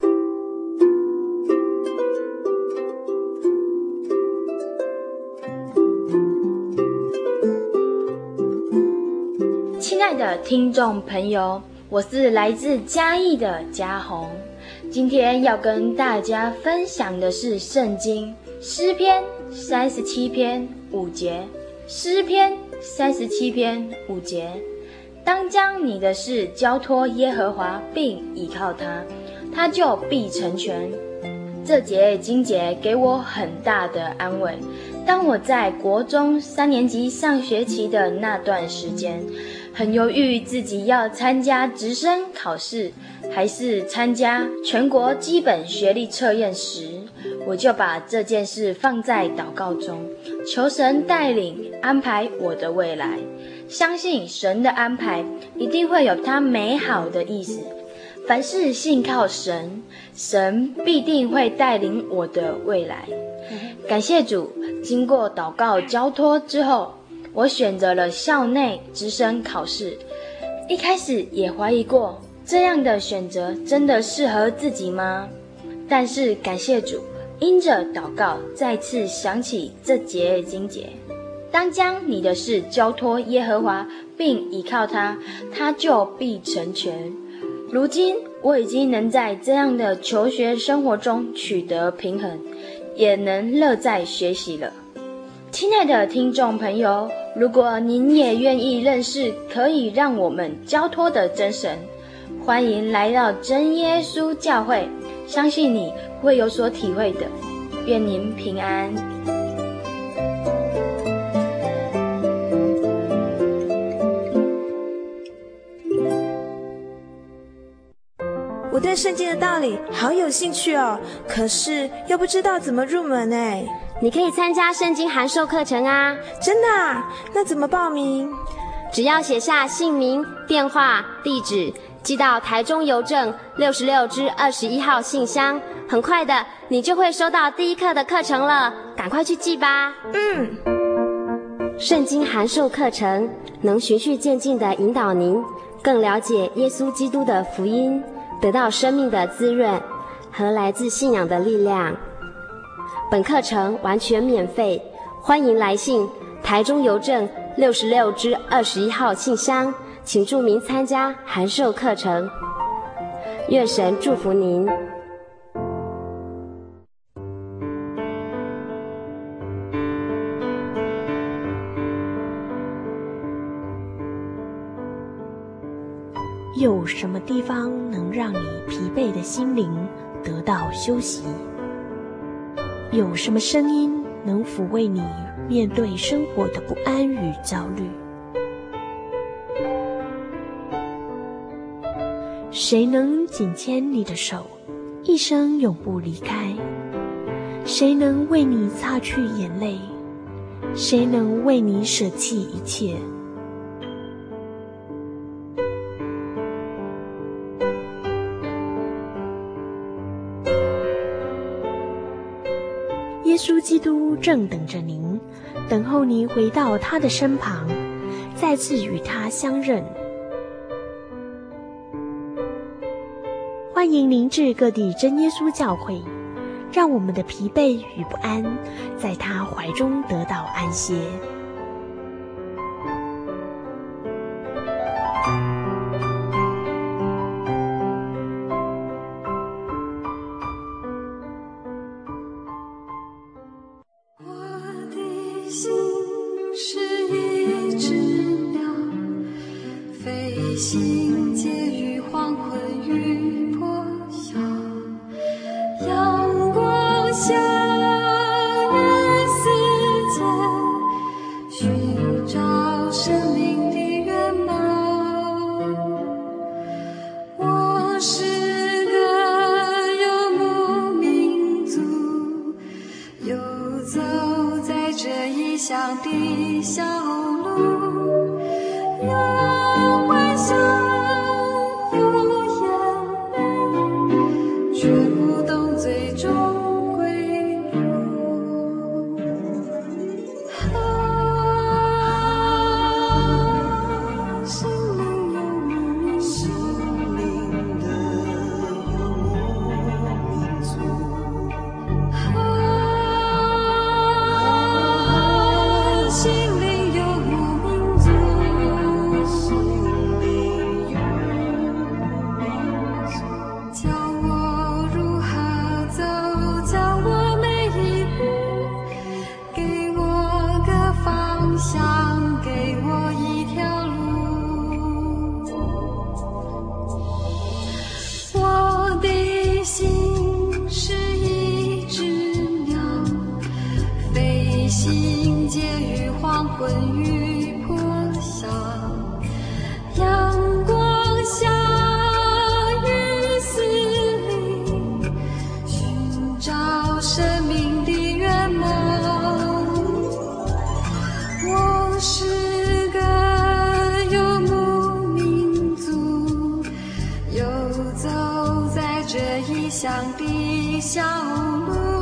亲爱的听众朋友，我是来自嘉义的嘉宏，今天要跟大家分享的是圣经诗篇三十七篇五节。诗篇三十七篇五节，当将你的事交托耶和华，并倚靠他，他就必成全。这节经节给我很大的安慰。当我在国中三年级上学期的那段时间，很犹豫自己要参加直升考试，还是参加全国基本学历测验时，我就把这件事放在祷告中，求神带领安排我的未来。相信神的安排一定会有他美好的意思，凡事信靠神，神必定会带领我的未来。感谢主，经过祷告交托之后，我选择了校内直升考试。一开始也怀疑过，这样的选择真的适合自己吗？但是感谢主，因着祷告再次想起这节经节，当将你的事交托耶和华，并倚靠他，他就必成全。如今我已经能在这样的求学生活中取得平衡，也能乐在学习了。亲爱的听众朋友，如果您也愿意认识可以让我们交托的真神，欢迎来到真耶稣教会，相信你会有所体会的。愿您平安。 我对圣经的道理好有兴趣哦，可是又不知道怎么入门哎。 你可以参加圣经函授课程啊。 真的啊？那怎么报名？ 只要写下姓名、电话、地址，寄到台中邮政六十六支二十一号信箱，很快的你就会收到第一课的课程了，赶快去寄吧。 嗯。 圣经函授课程能循序渐进地引导您更了解耶稣基督的福音，得到生命的滋润和来自信仰的力量。本课程完全免费，欢迎来信台中邮政六十六支二十一号信箱，请注明参加函授课程。愿神祝福您。 有什么地方能让你疲惫的心灵得到休息？有什么声音能抚慰你面对生活的不安与焦虑？谁能紧牵你的手，一生永不离开？谁能为你擦去眼泪？谁能为你舍弃一切？耶稣基督正等着您，等候您回到他的身旁，再次与他相认。欢迎您至各地真耶稣教会，让我们的疲惫与不安在他怀中得到安歇。 心是一只鸟， 是个游牧民族，游走在这异乡的小路，有欢笑，有眼泪，却不懂最终归路。啊，心灵游牧民族，心灵的游牧民族。啊，心灵游牧民族，心灵游牧民族。教我如何走，教我每一步，给我个方向，给我一条路。我的心是一只鸟，飞行介于黄昏与破晓，阳光下雨丝里，寻找生命的圆梦。我是个游牧民族，游走在这异乡的小路。